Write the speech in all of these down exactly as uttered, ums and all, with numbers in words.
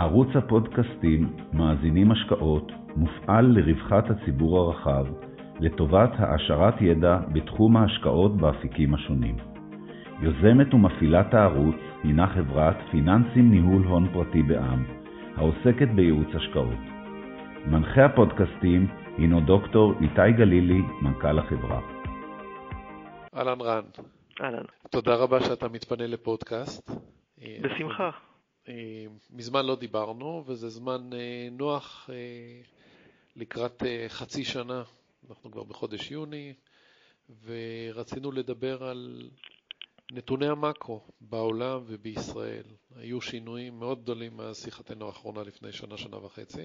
ערוץ הפודקאסטים מאזינים השקעות מופעל לרווחת הציבור הרחב, לטובת העשרת ידע בתחום ההשקעות באפיקים השונים. יוזמת ומפעילת הערוץ הינה חברת פיננסים ניהול הון פרטי בע"מ, העוסקת בייעוץ השקעות. מנחה הפודקאסטים הינו דוקטור איתי גלילי, מנכ"ל החברה. אהלן רן. אהלן. תודה רבה שאתה מתפנה לפודקאסט. בשמחה. מזמן לא דיברנו, וזה זמן נוח לקראת חצי שנה. אנחנו כבר בחודש יוני, ורצינו לדבר על נתוני המקרו בעולם ובישראל. היו שינויים מאוד גדולים מאז שיחתנו האחרונה לפני שנה, שנה וחצי.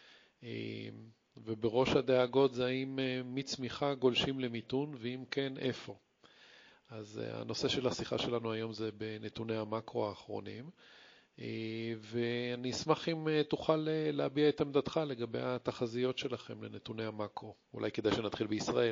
ובראש הדאגות זה האם מצמיחה גולשים למיתון, ואם כן, איפה. אז הנושא של השיחה שלנו היום זה בנתוני המקרו האחרונים. ואני אשמח אם תוכל להביע את עמדתך לגבי התחזיות שלכם לנתוני המקרו. אולי כדאי שנתחיל בישראל.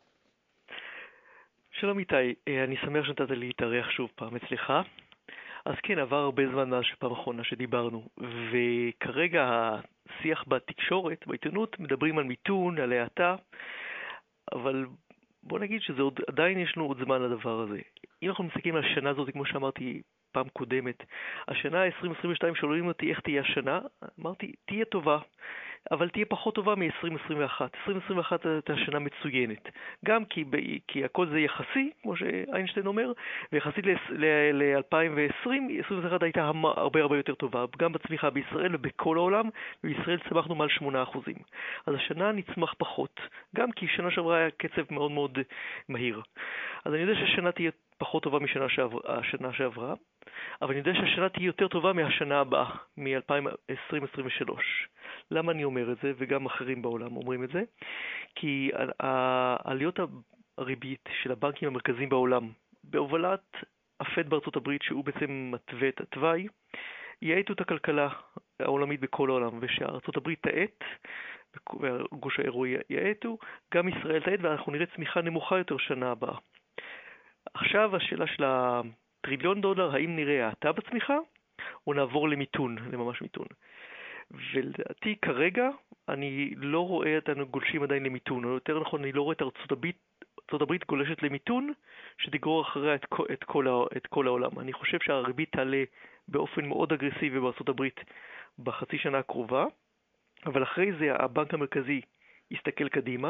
שלום איתי, אני שמח שנתת לי להתארח שוב פעם אצלך. אז כן, עבר הרבה זמן מאז שפעם אחרונה שדיברנו, וכרגע השיח בתקשורת, בעיתונות, מדברים על מיתון, על האטה, אבל בוא נגיד שזה עוד, עדיין יש לנו עוד זמן לדבר הזה. אם אנחנו מסתכלים על השנה הזאת, כמו שאמרתי פעם קודמת, השנה עשרים עשרים ושתיים שואלים אותי איך תהיה השנה, אמרתי, תהיה טובה, אבל תהיה פחות טובה מ-עשרים עשרים ואחת. עשרים עשרים ואחת הייתה שנה מצוינת. גם כי, כי הכל זה יחסי, כמו שאיינשטיין אומר, ויחסית ל-אלפיים ועשרים, עשרים ואחת הייתה הרבה הרבה יותר טובה, גם בצמיחה בישראל ובכל העולם, ובישראל צמחנו מעל שמונה אחוזים. אז השנה נצמח פחות, גם כי שנה שעברה היה קצב מאוד מאוד מהיר. אז אני יודע שהשנה תהיה פחות טובה משנה שעברה, השנה שעברה, אבל אני יודע שהשנה תהיה יותר טובה מהשנה הבאה, מ-אלפיים עשרים עשרים ושלוש. למה אני אומר את זה, וגם אחרים בעולם אומרים את זה? כי העליות הריבית של הבנקים המרכזיים בעולם, בהובלת הפד בארצות הברית, שהוא בעצם מתווה את התוואי, יעטו את הכלכלה העולמית בכל העולם, ושארצות הברית תעט, וגוש האירו יעטו, גם ישראל תעט, ואנחנו נראה צמיחה נמוכה יותר שנה הבאה. עכשיו השאלה של הטריליון דולר, האם נראה האטה בצמיחה, או נעבור למיתון, לממש מיתון. ולדעתי כרגע אני לא רואה את הגולשים עדיין למיתון, או יותר נכון אני לא רואה את ארצות הברית, ארצות הברית גולשת למיתון שתגרור אחריה את, את, כל, את כל העולם. אני חושב שהריבית תעלה באופן מאוד אגרסיבי בארצות הברית בחצי שנה הקרובה, אבל אחרי זה הבנק המרכזי יסתכל קדימה,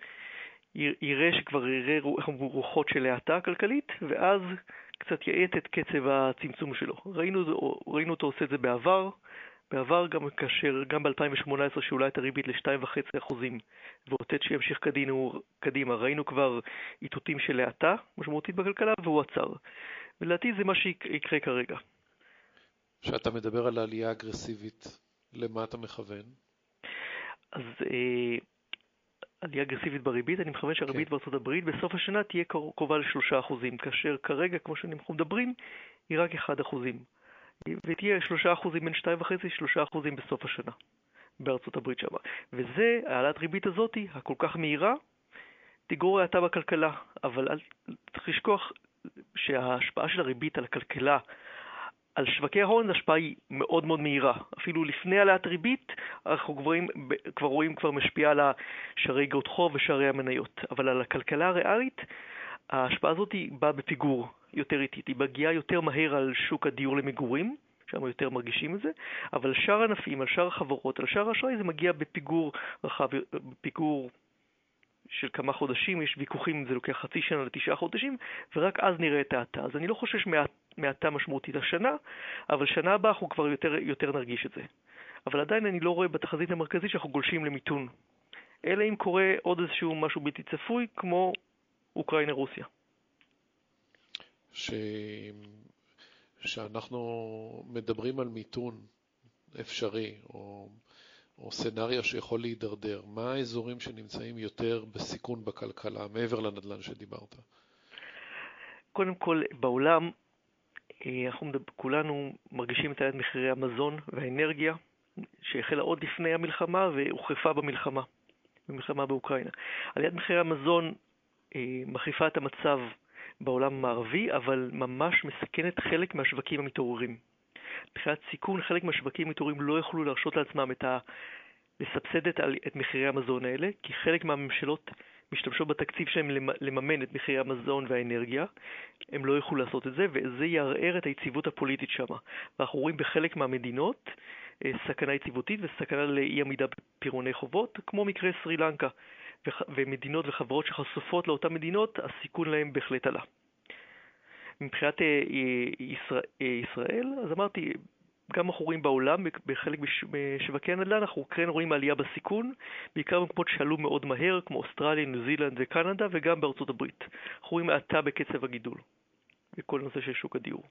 יראה שכבר יראה רוחות של האטה הכלכלית, ואז קצת יעט את קצב הצמצום שלו. ראינו, ראינו אותו עושה את זה בעבר, בעבר גם כאשר, גם ב-אלפיים ושמונה עשרה שאולי את הריבית ל-שתיים נקודה חמש אחוזים, ואותת שימשיך קדימה, קדימה. ראינו כבר איתותים של האטה משמעותית בכלכלה, והוא עצר. ולדעתי זה מה שיקרה כרגע. כשאתה מדבר על העלייה אגרסיבית, למה אתה מכוון? אז אה, עלייה אגרסיבית בריבית, אני מכוון שהריבית okay. בארצות הברית בסוף השנה תהיה קרובה ל-שלושה אחוזים, כאשר כרגע, כמו שאנחנו מדברים, היא רק אחד אחוזים. ותהיה שלושה אחוזים בין שתיים וחצי, שלושה אחוזים בסוף השנה בארצות הברית שמה. וזה, העלאת ריבית הזאת, הכל כך מהירה, תגרור האטה בכלכלה. אבל אל תשכח שההשפעה של הריבית על הכלכלה, על שווקי ההון, ההשפעה היא מאוד מאוד מהירה. אפילו לפני העלאת ריבית, אנחנו כבר רואים, כבר רואים כבר משפיעה על שערי אגרות חוב ושערי המניות. אבל על הכלכלה הריאלית, ההשפעה הזאת באה בפיגור יותר איטית. היא מגיעה יותר מהר על שוק הדיור למגורים, שם יותר מרגישים את זה, אבל שאר ענפים, על שאר החברות, על שאר האשראי, זה מגיע בפיגור רחב, בפיגור של כמה חודשים. יש ויכוחים אם זה לוקח חצי שנה לתשעה חודשים, ורק אז נראה את האטה. אז אני לא חושש מהאטה משמעותית השנה, אבל שנה הבאה אנחנו כבר יותר, יותר נרגיש את זה. אבל עדיין אני לא רואה בתחזית המרכזית שאנחנו גולשים למיתון. אלא אם קורה עוד איזשהו משהו בלתי צפוי, כמו אוקראינה-רוסיה. ש... שאנחנו מדברים על מיתון אפשרי, או, או סנריה שיכול להידרדר. מה האזורים שנמצאים יותר בסיכון בכלכלה, מעבר לנדל"ן שדיברת? קודם כל, בעולם, אנחנו מדבר, כולנו מרגישים את עליית מחירי המזון והאנרגיה, שהחלה עוד לפני המלחמה והוחרפה במלחמה, במלחמה באוקראינה. עליית מחירי המזון אה, מחריפה את המצב בעולם המערבי, אבל ממש מסכנת חלק מהשווקים המתעוררים. מבחינת סיכון, חלק מהשווקים מתעוררים לא יכלו להרשות לעצמם את ה... לסבסד את, את מחירי המזון האלה, כי חלק מהממשלות משתמשות בתקציב שלהם לממן את מחירי המזון והאנרגיה, הם לא יכלו לעשות את זה, וזה יערער את היציבות הפוליטית שם. ואנחנו רואים בחלק מהמדינות סכנה יציבותית וסכנה לאי עמידה בפירעוני חובות, כמו מקרה סרי לנקה, ומדינות וחברות שחשופות לאותן מדינות, הסיכון להם בהחלט עלה. מבחינת ישראל, אז אמרתי, גם אנחנו רואים בעולם, בחלק משווקי הנדל"ן, אנחנו כן רואים עלייה בסיכון, בעיקר במקומות שעלו מאוד מהר, כמו אוסטרליה, ניו זילנד וקנדה, וגם בארצות הברית. אנחנו רואים האטה בקצב הגידול, בכל נושא של שוק הדיור.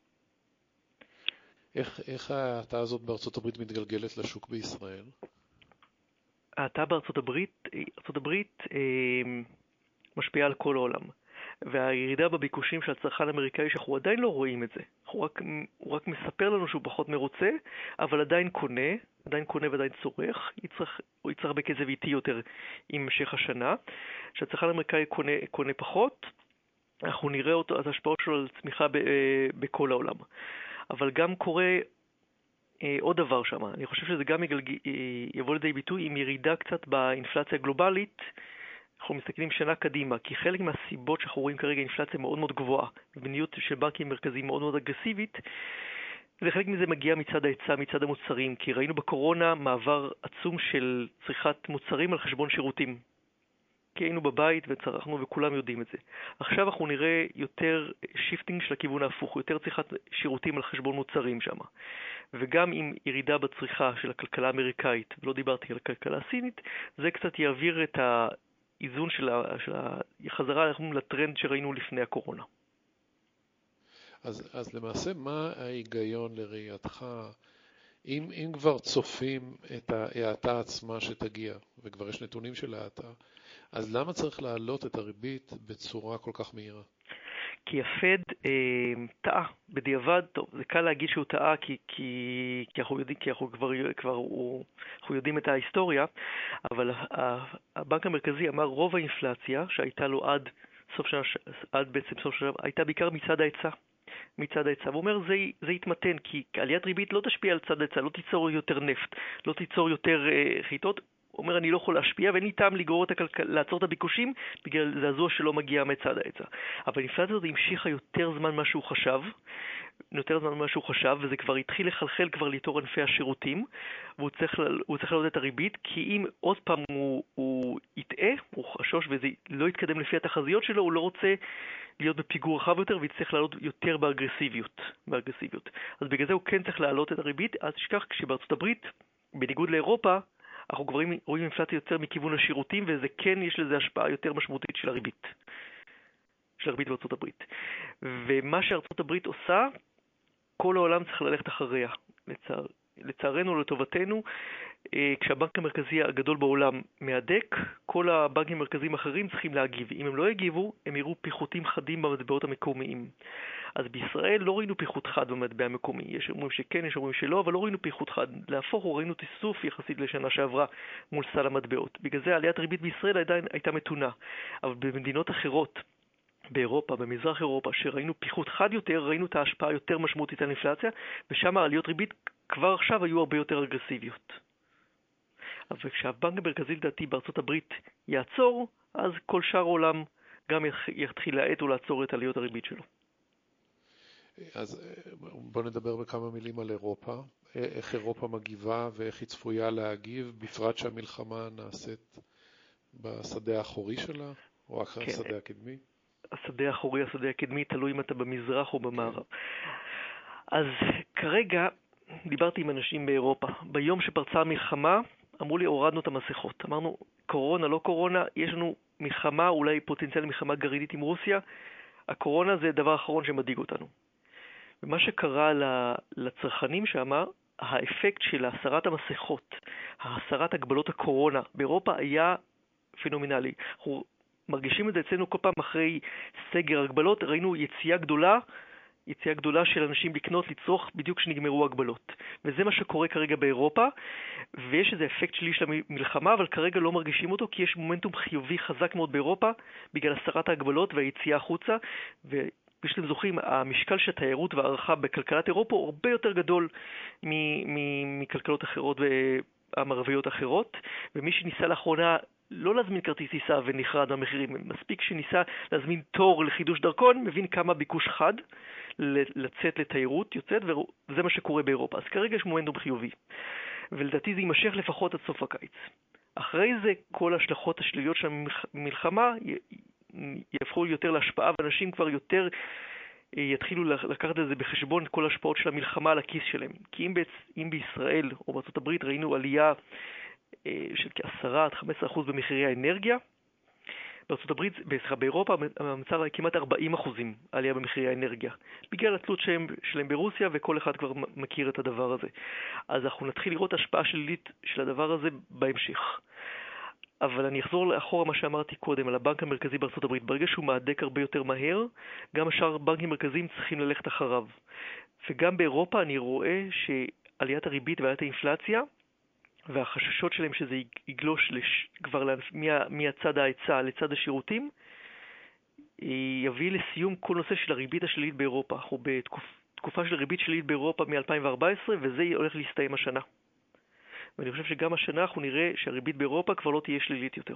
איך, איך ההאטה הזאת בארצות הברית מתגלגלת לשוק בישראל? ההאטה בארצות הברית, ארצות הברית אה, משפיעה על כל העולם. והירידה בביקושים של הצרכן האמריקאי, שאנחנו עדיין לא רואים את זה. הוא רק, הוא רק מספר לנו שהוא פחות מרוצה, אבל עדיין קונה, עדיין קונה ועדיין צורך. יצטרך, הוא יצטרך בקצב איטי יותר עם המשך השנה. כשהצרכן האמריקאי קונה, קונה פחות, אנחנו נראה אותו, אז ההשפעות שלו על צמיחה ב, בכל העולם. אבל גם קורה אה, עוד דבר שם. אני חושב שזה גם יגלג, יבוא לידי ביטוי עם ירידה קצת באינפלציה הגלובלית. אנחנו מסתכלים שנה קדימה, כי חלק מהסיבות שאנחנו רואים כרגע אינפלציה מאוד מאוד גבוהה, מדיניות של בנקים מרכזיים מאוד מאוד אגרסיבית, וחלק מזה מגיע מצד ההיצע, מצד המוצרים, כי ראינו בקורונה מעבר עצום של צריכת מוצרים על חשבון שירותים. כי היינו בבית וצרכנו וכולם יודעים את זה. עכשיו אנחנו נראה יותר שיפטינג של הכיוון ההפוך, יותר צריכת שירותים על חשבון מוצרים שם. וגם עם ירידה בצריכה של הכלכלה האמריקאית, ולא דיברתי על הכלכלה הסינית, זה קצת יעביר את ה... איזון של, ה, של החזרה לטרנד שראינו לפני הקורונה. אז, אז למעשה, מה ההיגיון לראייתך, אם, אם כבר צופים את ההאטה עצמה שתגיע, וכבר יש נתונים של ההאטה, אז למה צריך להעלות את הריבית בצורה כל כך מהירה? כי הפד אה, טעה בדיעבד, טוב, זה קל להגיד שהוא טעה כי, כי, כי אנחנו יודעים, כי אנחנו כבר, כבר הוא, אנחנו יודעים את ההיסטוריה, אבל הבנק המרכזי אמר רוב האינפלציה שהייתה לו עד סוף שנה, עד בעצם סוף שנה, הייתה בעיקר מצד ההיצע. מצד ההיצע. הוא אומר, זה, זה יתמתן, כי עליית ריבית לא תשפיע על צד ההיצע, לא תיצור יותר נפט, לא תיצור יותר אה, חיטות. הוא אומר, אני לא יכול להשפיע, ואין לי טעם לגרור את הכלכל... לעצור את הביקושים, בגלל זעזוע שלא מגיע מצד ההיצע. אבל האינפלציה הזאת המשיכה יותר זמן מה שהוא חשב, יותר זמן מה שהוא חשב, וזה כבר התחיל לחלחל כבר לתור ענפי השירותים, והוא צריך, הוא צריך לעלות את הריבית, כי אם עוד פעם הוא, הוא יטעה, הוא חשוש וזה לא יתקדם לפי התחזיות שלו, הוא לא רוצה להיות בפיגור רחב יותר, ויצטרך לעלות יותר באגרסיביות, באגרסיביות. אז בגלל זה הוא כן צריך לעלות את הריבית, אז תשכח כשבארצות הברית, בניגוד לאירופה, אנחנו כבר רואים אינפלציה יותר מכיוון השירותים, וזה כן יש לזה השפעה יותר משמעותית של הריבית. של הריבית בארצות הברית. ומה שארצות הברית עושה, כל העולם צריך ללכת אחריה. לצער, לצערנו, לטובתנו, כשהבנק המרכזי הגדול בעולם מהדק, כל הבנקים המרכזיים האחרים צריכים להגיב. אם הם לא יגיבו, הם יראו פיחותים חדים במטבעות המקומיים. אז בישראל לא ראינו פיחות חד במטבע המקומי. יש אומרים שכן, יש אומרים שלא, אבל לא ראינו פיחות חד. להפוך, ראינו תיסוף יחסית לשנה שעברה מול סל המטבעות. בגלל זה עליית ריבית בישראל עדיין הייתה מתונה. אבל במדינות אחרות, באירופה, במזרח אירופה, שראינו פיחות חד יותר, ראינו את ההשפעה יותר משמעותית על אינפלציה, ושם העליות ריבית כבר עכשיו היו הרבה יותר אגרסיביות. אבל כשהבנק המרכזי לדעתי בארצות הברית יעצור, אז כל שאר העולם גם יתחיל להאט ולעצור את עליות הריבית שלו. אז בוא נדבר בכמה מילים על אירופה. איך אירופה מגיבה ואיך היא צפויה להגיב, בפרט שהמלחמה נעשית בשדה האחורי שלה, או אחרי כן. השדה הקדמי? השדה האחורי, השדה הקדמי, תלוי אם אתה במזרח או במערב. אז כרגע דיברתי עם אנשים באירופה. ביום שפרצה המלחמה, אמרו לי, הורדנו את המסכות. אמרנו, קורונה, לא קורונה, יש לנו מלחמה, אולי פוטנציאל מלחמה גרעינית עם רוסיה. הקורונה זה דבר האחרון שמדאיג אותנו. ומה שקרה לצרכנים שאמר, האפקט של הסרת המסכות, הסרת הגבלות הקורונה באירופה היה פנומנלי. אנחנו מרגישים את זה אצלנו כל פעם אחרי סגר הגבלות, ראינו יציאה גדולה, יציאה גדולה של אנשים לקנות, לצרוך בדיוק כשנגמרו הגבלות. וזה מה שקורה כרגע באירופה, ויש איזה אפקט שלי של המלחמה, אבל כרגע לא מרגישים אותו, כי יש מומנטום חיובי חזק מאוד באירופה, בגלל הסרת ההגבלות והיציאה החוצה, כפי שאתם זוכרים, המשקל של התיירות והערכה בכלכלת אירופה הוא הרבה יותר גדול מכלכלות אחרות המערביות אחרות, ומי שניסה לאחרונה לא להזמין כרטיס טיסה ונחרד במחירים, מספיק שניסה להזמין תור לחידוש דרכון, מבין כמה ביקוש חד לצאת לתיירות יוצאת, וזה מה שקורה באירופה. אז כרגע יש מומנטום חיובי, ולדעתי זה יימשך לפחות עד סוף הקיץ. אחרי זה כל ההשלכות השליליות של המלחמה יהפכו יותר להשפעה, ואנשים כבר יותר יתחילו לקחת את זה בחשבון, כל ההשפעות של המלחמה על הכיס שלהם. כי אם, בעצ... אם בישראל או בארצות הברית ראינו עלייה של כ-עשרה עד חמישה עשר אחוז במחירי האנרגיה, בארצות הברית, באירופה, המצב היה כמעט ארבעים אחוזים עלייה במחירי האנרגיה, בגלל התלות שלהם, שלהם ברוסיה, וכל אחד כבר מכיר את הדבר הזה. אז אנחנו נתחיל לראות השפעה שלילית של הדבר הזה בהמשך. אבל אני אחזור לאחורה מה שאמרתי קודם על הבנק המרכזי בארצות הברית. ברגע שהוא מעדק הרבה יותר מהר, גם השאר בנקים מרכזיים צריכים ללכת אחריו. וגם באירופה אני רואה שעליית הריבית ועליית האינפלציה, והחששות שלהם שזה יגלוש לש... כבר מה... מהצד ההיצע לצד השירותים, יביא לסיום כל נושא של הריבית השלילית באירופה. אנחנו בתקופה של ריבית שלילית באירופה מ-אלפיים וארבע עשרה, וזה הולך להסתיים השנה. ואני חושב שגם השנה אנחנו נראה שהריבית באירופה כבר לא תהיה שלילית יותר.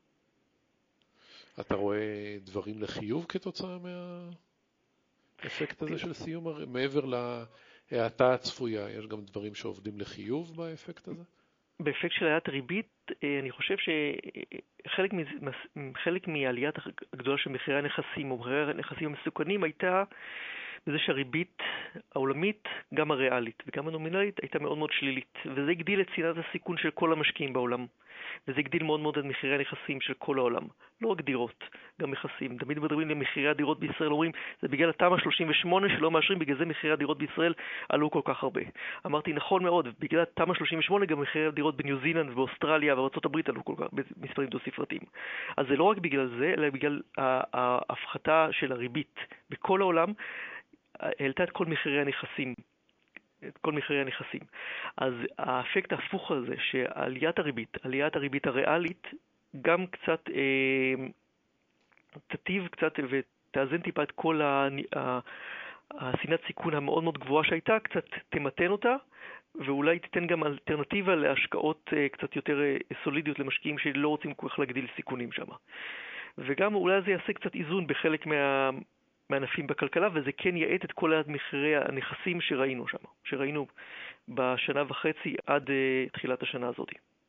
אתה רואה דברים לחיוב כתוצאה מהאפקט הזה של סיום, מעבר להאטה הצפויה, יש גם דברים שעובדים לחיוב באפקט הזה? באפקט של העליית הריבית, אני חושב שחלק חלק מעליית הגדולה של מחירי הנכסים, או מחירי הנכסים המסוכנים, הייתה בזה שהריבית העולמית, גם הריאלית וגם הנומינלית, הייתה מאוד מאוד שלילית. וזה הגדיל את צנעת הסיכון של כל המשקיעים בעולם. וזה הגדיל מאוד מאוד את מחירי הנכסים של כל העולם. לא רק דירות, גם נכסים. תמיד מדברים למחירי הדירות בישראל, אומרים, זה בגלל התמ"א שלושים ושמונה שלא מאשרים, בגלל זה מחירי הדירות בישראל עלו כל כך הרבה. אמרתי, נכון מאוד, בגלל התמ"א שלושים ושמונה גם מחירי הדירות בניו זילנד ובאוסטרליה וארצות הברית עלו כל כך במספרים דו-ספרתיים. אז זה לא רק בגלל זה, אלא בגלל ההפחתה של הריבית בכל העולם, העלתה את כל מחירי הנכסים, את כל מחירי הנכסים. אז האפקט ההפוך הזה, שעליית הריבית, עליית הריבית הריאלית, גם קצת אה, תטיב קצת ותאזן טיפה את כל הסינת סיכון המאוד מאוד גבוהה שהייתה, קצת תמתן אותה, ואולי תיתן גם אלטרנטיבה להשקעות אה, קצת יותר אה, סולידיות למשקיעים שלא רוצים כל כך להגדיל סיכונים שם. וגם אולי זה יעשה קצת איזון בחלק מה... מענפים בכלכלה, וזה כן יעט את כל מחירי הנכסים שראינו שם, שראינו בשנה וחצי עד uh, תחילת השנה הזאת.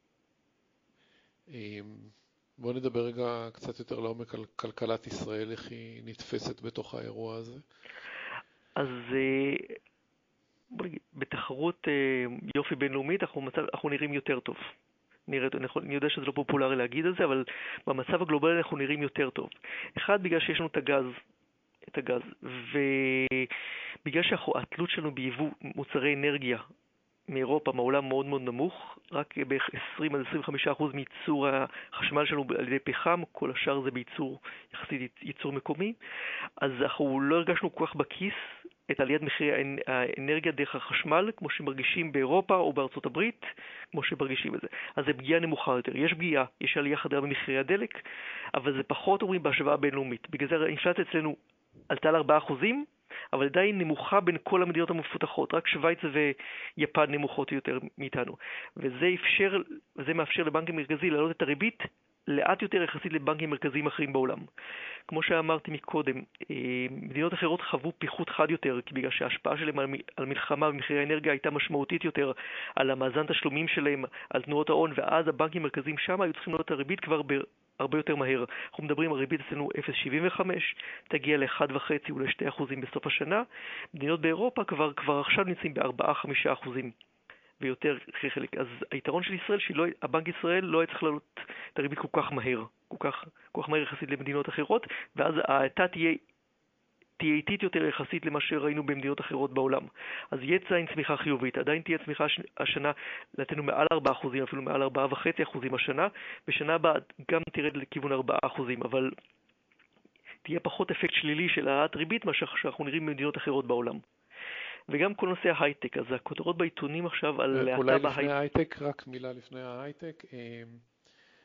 בואו נדבר רגע קצת יותר לעומק על כלכלת ישראל, איך היא נתפסת בתוך האירוע הזה. אז uh, בוא נגיד, בתחרות uh, יופי בינלאומית אנחנו, מצב, אנחנו נראים יותר טוב. נראית, אני יודע שזה לא פופולרי להגיד את זה, אבל במצב הגלובלי אנחנו נראים יותר טוב. אחד, בגלל שיש לנו את הגז, את הגז, ובגלל שהתלות שלנו ביבוא מוצרי אנרגיה מאירופה, מהעולם מאוד מאוד נמוך, רק בערך עשרים עד עשרים וחמישה אחוז מייצור החשמל שלנו על ידי פחם, כל השאר זה בייצור, יחסית ייצור מקומי, אז אנחנו לא הרגשנו כל כך בכיס את עליית מחירי האנרגיה דרך החשמל, כמו שמרגישים באירופה או בארצות הברית, כמו שמרגישים את זה. אז זה פגיעה נמוכה יותר. יש פגיעה, יש עלייה חדרה במחירי הדלק, אבל זה פחות אומרים בהשוואה בינלאומית. בגלל זה האינפלציה אצלנו עלתה ל-ארבעה אחוזים, אבל עדיין נמוכה בין כל המדינות המפותחות. רק שוויץ ויפן נמוכות יותר מאיתנו. וזה אפשר, וזה מאפשר לבנק המרכזי להעלות את הריבית לאט יותר יחסית לבנקים מרכזיים אחרים בעולם. כמו שאמרתי מקודם, מדינות אחרות חוו פיחות חד יותר, בגלל שההשפעה שלהם על מלחמה במחירי האנרגיה הייתה משמעותית יותר, על המאזן תשלומים שלהם, על תנועות ההון, ואז הבנקים מרכזיים שם היו צריכים לעלות את הריבית כבר הרבה יותר מהר. אנחנו מדברים על ריבית אצלנו אפס נקודה שבעים וחמש, תגיע ל-אחד נקודה חמש אולי שני אחוזים בסוף השנה. מדינות באירופה כבר, כבר עכשיו נמצאים ב-ארבעה עד חמישה אחוזים. ויותר חלק. אז היתרון של ישראל, שהבנק ישראל לא היה צריך לעלות את הריבית כל כך מהר, כל כך, כל כך מהר יחסית למדינות אחרות, ואז ההאטה תהיה, תהיה איטית יותר יחסית למה שראינו במדינות אחרות בעולם. אז יהיה עדיין צמיחה חיובית, עדיין תהיה צמיחה השנה, נתנו מעל ארבעה אחוזים, אפילו מעל ארבעה וחצי אחוזים השנה, בשנה הבאה גם תרד לכיוון ארבעה אחוזים, אבל תהיה פחות אפקט שלילי של העלאת ריבית, מה שאנחנו נראים במדינות אחרות בעולם. וגם כל נושא ההייטק, אז הכותרות בעיתונים עכשיו על אולי לפני ההייטק, רק מילה לפני ההייטק,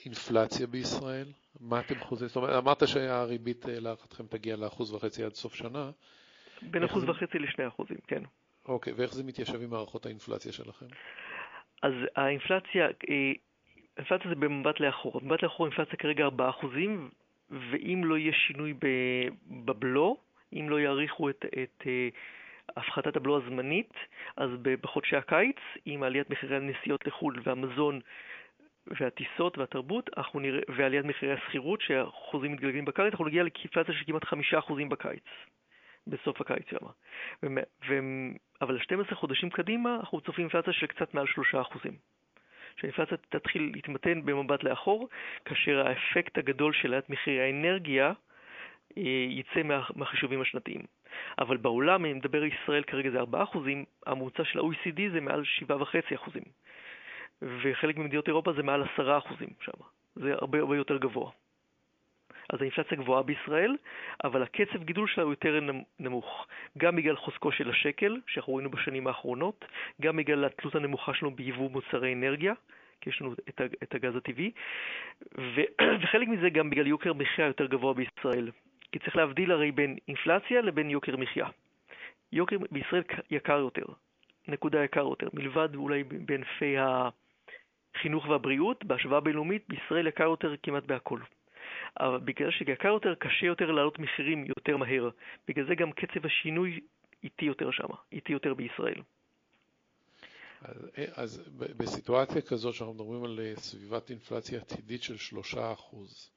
האינפלציה בישראל? מה אתם חוזרים? זאת אומרת, אמרת שהריבית להערכתכם תגיע לאחוז וחצי עד סוף שנה. בין אחוז זה... וחצי לשני אחוזים, כן. אוקיי, ואיך זה מתיישב עם מערכות האינפלציה שלכם? אז האינפלציה, האינפלציה זה במבט לאחור. במבט לאחור האינפלציה כרגע ארבעה אחוזים, ואם לא יהיה שינוי בבלו, אם לא יעריכו את, את הפחתת הבלו הזמנית, אז בחודשי הקיץ, עם עליית מחירי הנסיעות לחו"ל והמזון והטיסות והתרבות, אנחנו נראה, ועליית מחירי הסחירות שהחוזים מתגלגלים בקיץ, אנחנו נגיע לאינפלציה של כמעט חמישה אחוזים בקיץ, בסוף הקיץ שמה. ו, ו, אבל שנים עשר חודשים קדימה, אנחנו צופים אינפלציה של קצת מעל שלושה אחוזים. שהאינפלציה תתחיל להתמתן במבט לאחור, כאשר האפקט הגדול של עליית מחירי האנרגיה יצא מה, מהחישובים השנתיים. אבל בעולם, אם מדבר ישראל כרגע זה ארבעה אחוזים, הממוצע של ה-או אי סי די זה מעל שבעה וחצי אחוזים. וחלק ממדינות אירופה זה מעל עשרה אחוזים שם. זה הרבה הרבה יותר גבוה. אז האינפלציה גבוהה בישראל, אבל הקצב גידול שלה הוא יותר נמוך. גם בגלל חוזקו של השקל, שאנחנו ראינו בשנים האחרונות, גם בגלל התלות הנמוכה שלנו ביבוא מוצרי אנרגיה, כי יש לנו את הגז הטבעי, וחלק מזה גם בגלל יוקר מחיה יותר גבוה בישראל. כי צריך להבדיל הרי בין אינפלציה לבין יוקר מחיה. יוקר בישראל יקר יותר, נקודה יקר יותר, מלבד אולי בענפי החינוך והבריאות, בהשוואה בינלאומית, בישראל יקר יותר כמעט בהכל. אבל בגלל שיקר יותר, קשה יותר לעלות מחירים יותר מהר. בגלל זה גם קצב השינוי איטי יותר שם, איטי יותר בישראל. אז, אז בסיטואציה כזאת שאנחנו מדברים על סביבת אינפלציה עתידית של שלושה אחוז,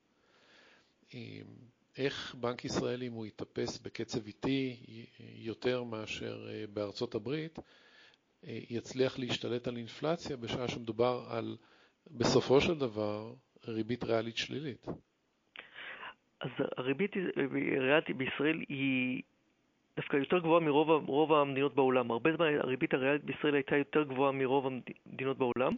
איך בנק ישראל, אם הוא יתאפס בקצב איטי יותר מאשר בארצות הברית, יצליח להשתלט על אינפלציה בשעה שמדובר על, בסופו של דבר, ריבית ריאלית שלילית? אז הריבית הריאלית בישראל היא דווקא יותר גבוהה מרוב רוב המדינות בעולם. הרבה זמן הריבית הריאלית בישראל הייתה יותר גבוהה מרוב המדינות בעולם,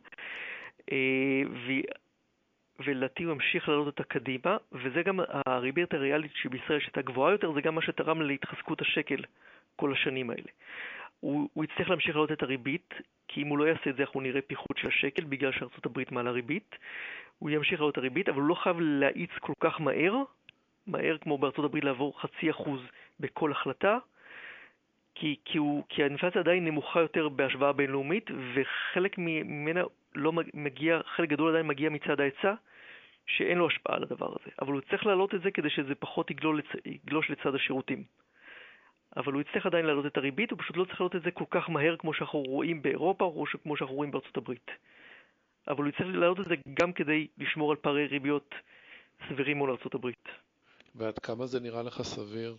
ולעתיד ממשיך לעלות אותה קדימה, וזה גם הריבית הריאלית שבישראל שהייתה גבוהה יותר, זה גם מה שתרם להתחזקות השקל כל השנים האלה. הוא, הוא יצטרך להמשיך לעלות את הריבית, כי אם הוא לא יעשה את זה אנחנו נראה פיחות של השקל בגלל שארצות הברית מעלה ריבית. הוא ימשיך לעלות את הריבית, אבל הוא לא חייב להאיץ כל כך מהר, מהר כמו בארצות הברית לעבור חצי אחוז בכל החלטה, כי, כי, הוא, כי האינפלציה עדיין נמוכה יותר בהשוואה בינלאומית, וחלק ממנה לא מגיע, חלק גדול עדיין מגיע מצד ההיצע, שאין לו השפעה על הדבר הזה. אבל הוא צריך להעלות את זה כדי שזה פחות יגלוש, יגלוש לצד השירותים. אבל הוא יצטרך עדיין להעלות את הריבית, הוא פשוט לא צריך להעלות את זה כל כך מהר כמו שאנחנו רואים באירופה, או כמו שאנחנו רואים בארצות הברית. אבל הוא יצטרך להעלות את זה גם כדי לשמור על פערי ריביות סבירים מול ארצות הברית. ועד כמה זה נראה לך סביר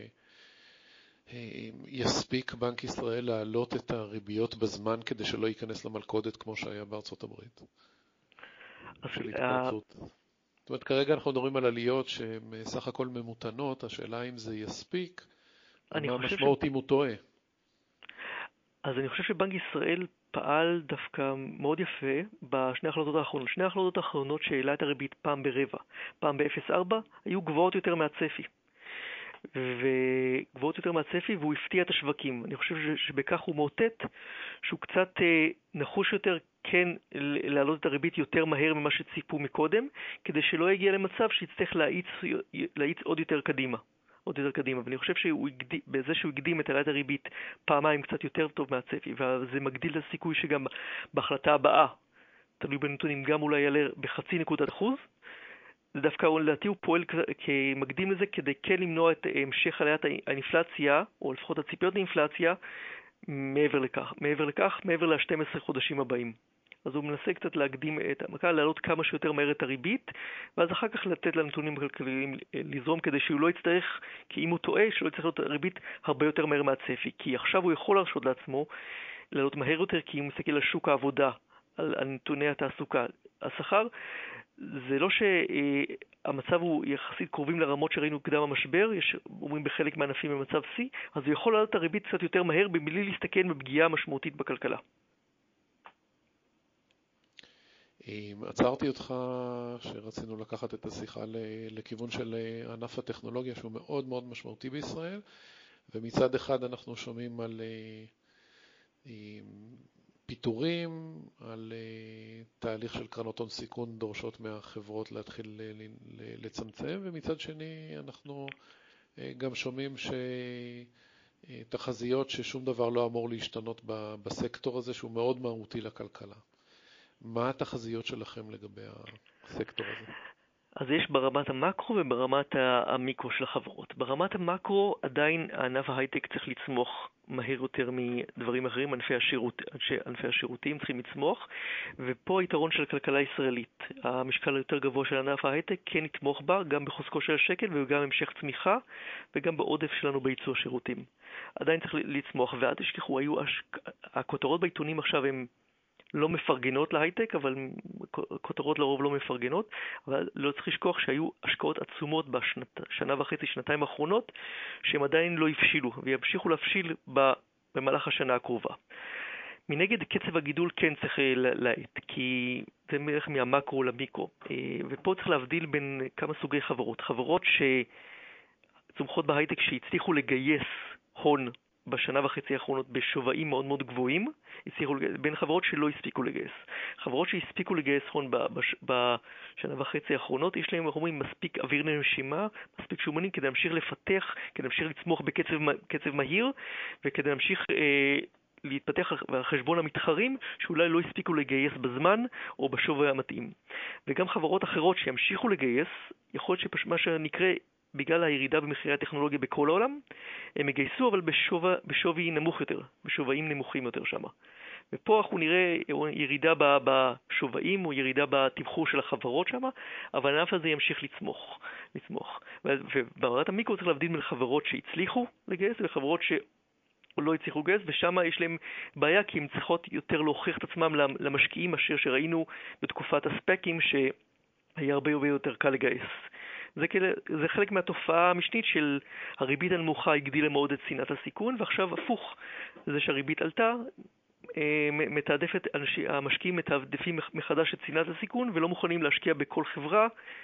שיספיק בנק ישראל להעלות את הריביות בזמן כדי שלא ייכנס למלכודת כמו שהיה בארצות הברית? של התפרצות. זאת אומרת, כרגע אנחנו מדברים על עליות שהן סך הכל ממותנות, השאלה אם זה יספיק, מה המשמעות אם הוא טועה? אז אני חושב שבנק ישראל פעל דווקא מאוד יפה בשני החלטות האחרונות. שני החלטות האחרונות שהעלה את הריבית פעם ברבע, פעם ב-אפס נקודה ארבע, היו גבוהות יותר מהצפי. וגבוהות יותר מהצפי, והוא הפתיע את השווקים. אני חושב שבכך הוא מאותת שהוא קצת נחוש יותר כן להעלות את הריבית יותר מהר ממה שציפו מקודם, כדי שלא יגיע למצב שיצטרך להאיץ, להאיץ עוד יותר קדימה. עוד יותר קדימה, ואני חושב שבזה שהוא הקדים את העלאת הריבית פעמיים קצת יותר טוב מהצפי, וזה מגדיל את הסיכוי שגם בהחלטה הבאה, תלוי בנתונים, גם אולי יעלה בחצי נקודת אחוז. זה דווקא לדעתי הוא פועל כמקדים לזה כדי כן למנוע את המשך עליית האינפלציה, או לפחות הציפיות לאינפלציה, מעבר לכך, מעבר לכך, מעבר ל-שנים עשר חודשים הבאים. אז הוא מנסה קצת להקדים את המכה, להעלות כמה שיותר מהר את הריבית, ואז אחר כך לתת לנתונים הכלכליים לזרום כדי שהוא לא יצטרך, כי אם הוא טועה, שלא יצטרך להיות הריבית הרבה יותר מהר מהצפי. כי עכשיו הוא יכול להרשות לעצמו לעלות מהר יותר, כי אם הוא מסתכל על שוק העבודה, על, על נתוני התעסוקה, השכר, זה לא שהמצב הוא יחסית קרובים לרמות שראינו קדם המשבר, יש אומרים בחלק מהענפים במצב C, אז הוא יכול לעלות את הריבית קצת יותר מהר, בלי להסתכן בפגיעה משמעותית בכלכלה. עצרתי אותך שרצינו לקחת את השיחה לכיוון של ענף הטכנולוגיה שהוא מאוד מאוד משמעותי בישראל, ומצד אחד אנחנו שומעים על פיתורים, על תהליך של קרנות הון סיכון דורשות מהחברות להתחיל לצמצם, ומצד שני אנחנו גם שומעים שתחזיות ששום דבר לא אמור להשתנות בסקטור הזה, שהוא מאוד מהותי לכלכלה. מה התחזיות שלכם לגבי הסקטור הזה? אז יש ברמת המקרו וברמת המיקרו של החברות. ברמת המקרו עדיין הענף ההייטק צריך לצמוח מהר יותר מדברים אחרים, ענפי, השירות, ענפי השירותים צריכים לצמוח, ופה היתרון של הכלכלה הישראלית. המשקל היותר גבוה של ענף ההייטק כן יתמוך בה, גם בחוזקו של השקל וגם המשך צמיחה, וגם בעודף שלנו בייצוא השירותים. עדיין צריך לצמוח, ועד תשכחו, היו הש... הכותרות בעיתונים עכשיו הם לא מפרגנות להייטק, אבל כותרות לרוב לא מפרגנות, אבל לא צריך לשכוח שהיו השקעות עצומות בשנה וחצי, שנתיים האחרונות, שהם עדיין לא הבשילו, וימשיכו להבשיל במהלך השנה הקרובה. מנגד, קצב הגידול כן צריך להאט, כי זה מלך מהמקרו למיקרו, ופה צריך להבדיל בין כמה סוגי חברות. חברות שצומחות בהייטק שהצליחו לגייס הון בשנה וחצי האחרונות בשווים מאוד מאוד גבוהים, הצליחו לגייס, בין חברות שלא הספיקו לגייס. חברות שהספיקו לגייס הון בש, בשנה וחצי האחרונות, יש להם, אנחנו אומרים, מספיק אוויר לנשימה, מספיק שומנים כדי להמשיך לפתח, כדי להמשיך לצמוח בקצב קצב מהיר, וכדי להמשיך אה, להתפתח על חשבון המתחרים, שאולי לא הספיקו לגייס בזמן או בשווי המתאים. וגם חברות אחרות שימשיכו לגייס, יכול להיות שמה שנקרא, בגלל הירידה במחירי הטכנולוגיה בכל העולם, הם יגייסו אבל בשווי, בשווי נמוך יותר, בשוויים נמוכים יותר שם. ופה אנחנו נראה ירידה בשוויים או ירידה בתמחור של החברות שם, אבל הענף הזה ימשיך לצמוח. לצמוח. וברמת המיקרו צריך להבדיל בין חברות שהצליחו לגייס וחברות שלא הצליחו לגייס, ושם יש להם בעיה כי הן צריכות יותר להוכיח את עצמם למשקיעים אשר שראינו בתקופת הספקים שהיה הרבה יותר קל לגייס. זה, זה חלק מהתופעה המשנית של הריבית הנמוכה הגדילה מאוד את צנעת הסיכון, ועכשיו הפוך, זה שהריבית עלתה, מתעדפת, המשקיעים מתעדפים מחדש את צנעת הסיכון, ולא מוכנים להשקיע בכל חברה,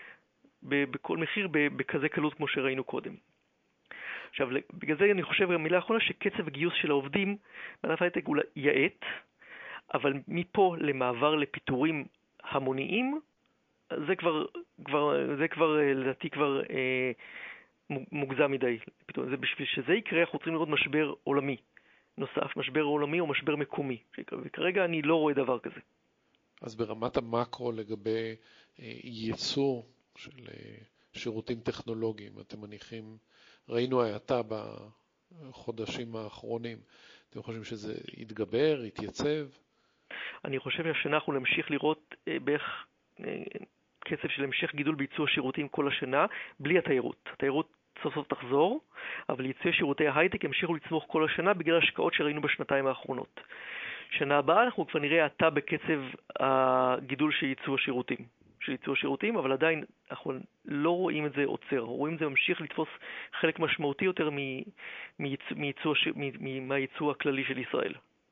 בכל מחיר, בכזה קלות כמו שראינו קודם. עכשיו, בגלל זה אני חושב במילה האחרונה שקצב הגיוס של העובדים, בענף ההייטק אולי יעט, אבל מפה למעבר לפיטורים המוניים, זה כבר, כבר, זה כבר, לדעתי כבר אה, מוגזם מדי. זה בשביל שזה יקרה, אנחנו צריכים לראות משבר עולמי נוסף, משבר עולמי או משבר מקומי. וכרגע אני לא רואה דבר כזה. אז ברמת המקרו לגבי אה, ייצור של אה, שירותים טכנולוגיים, אתם מניחים, ראינו האטה בחודשים האחרונים, אתם חושבים שזה יתגבר, יתייצב? אני חושב שהשנה אנחנו נמשיך לראות אה, בערך אה, קצב של המשך גידול בייצוא השירותים כל השנה, בלי התיירות. התיירות סוף סוף תחזור, אבל ייצוא שירותי ההייטק ימשיכו לצמוח כל השנה בגלל השקעות שראינו בשנתיים האחרונות. שנה הבאה אנחנו כבר נראה האטה בקצב הגידול של ייצוא השירותים, של ייצוא השירותים, אבל עדיין אנחנו לא רואים את זה עוצר. רואים את זה ממשיך לתפוס חלק משמעותי יותר מייצוא, מהייצוא הכללי של ישראל.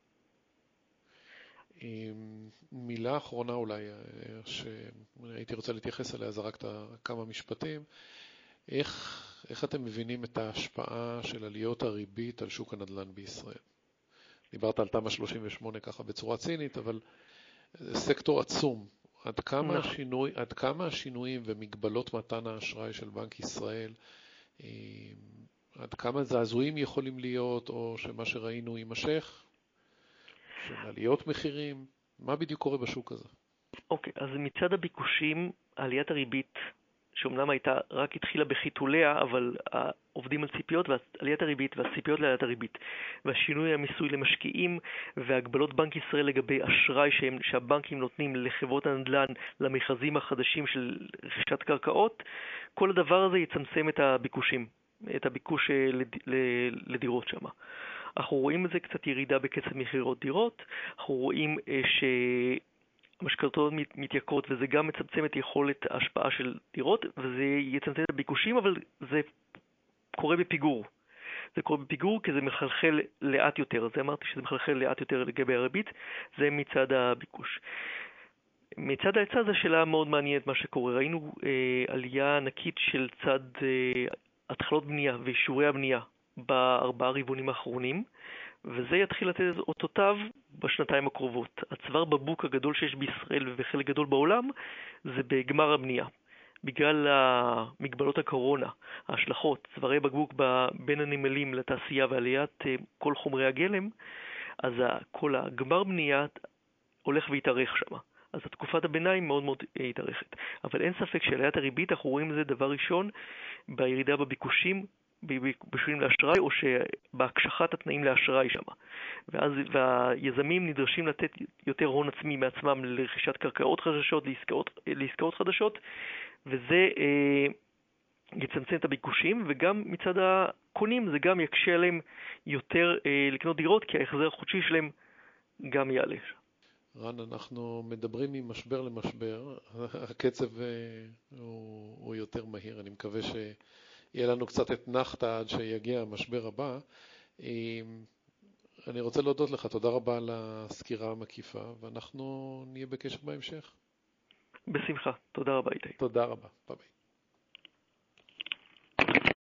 מילה אחרונה אולי שהייתי רוצה להתייחס אליה, זרקת כמה משפטים. איך, איך אתם מבינים את ההשפעה של עליות הריבית על שוק הנדל"ן בישראל? דיברת על תמ"א שלושים ושמונה ככה בצורה צינית, אבל זה סקטור עצום. עד כמה, השינוי, עד כמה השינויים ומגבלות מתן האשראי של בנק ישראל, עד כמה זעזועים יכולים להיות, או שמה שראינו יימשך? של עליות מחירים, מה בדיוק קורה בשוק הזה? אוקיי, okay, אז מצד הביקושים, עליית הריבית, שאומנם הייתה, רק התחילה בחיתוליה, אבל עובדים על ציפיות, ועליית הריבית והציפיות לעליית הריבית, והשינוי המיסוי למשקיעים, והגבלות בנק ישראל לגבי אשראי שהם, שהבנקים נותנים לחברות הנדל"ן, למכרזים החדשים של רכישת קרקעות, כל הדבר הזה יצמצם את הביקושים, את הביקוש לדירות שם. אנחנו רואים את זה קצת ירידה בקצב מחירות דירות, אנחנו רואים שהמשכנתאות מתייקרות, וזה גם מצמצם את יכולת ההשפעה של דירות, וזה יצמצם את הביקושים, אבל זה קורה בפיגור. זה קורה בפיגור כי זה מחלחל לאט יותר. זה אמרתי שזה מחלחל לאט יותר לגבי הריבית, זה מצד הביקוש. מצד ההיצע זו שאלה מאוד מעניינת מה שקורה. ראינו אה, עלייה ענקית של צד אה, התחלות בנייה ואישורי הבנייה בארבעה רבעונים האחרונים, וזה יתחיל לתת אותותיו בשנתיים הקרובות. הצוואר בקבוק הגדול שיש בישראל ובחלק גדול בעולם זה בגמר הבנייה. בגלל מגבלות הקורונה, ההשלכות, צווארי בקבוק בין הנמלים לתעשייה ועליית כל חומרי הגלם, אז כל הגמר בנייה הולך והתארך שם. אז תקופת הביניים מאוד מאוד התארכת. אבל אין ספק שעליית הריבית, אנחנו רואים זה דבר ראשון בירידה בביקושים, בביקושים לאשראי, או שבהקשחת התנאים לאשראי שם. ואז והיזמים נדרשים לתת יותר הון עצמי מעצמם לרכישת קרקעות חדשות, לעסקאות, לעסקאות חדשות, וזה אה, יצמצם את הביקושים, וגם מצד הקונים זה גם יקשה עליהם יותר אה, לקנות דירות, כי ההחזר החודשי שלהם גם יעלה. רן, אנחנו מדברים ממשבר למשבר, הקצב הוא, הוא יותר מהיר, אני מקווה שיהיה לנו קצת את נחת עד שיגיע המשבר הבא. אני רוצה להודות לך, תודה רבה על הסקירה המקיפה, ואנחנו נהיה בקשר בהמשך. בשמחה, תודה רבה איתי. תודה רבה, ביי ביי.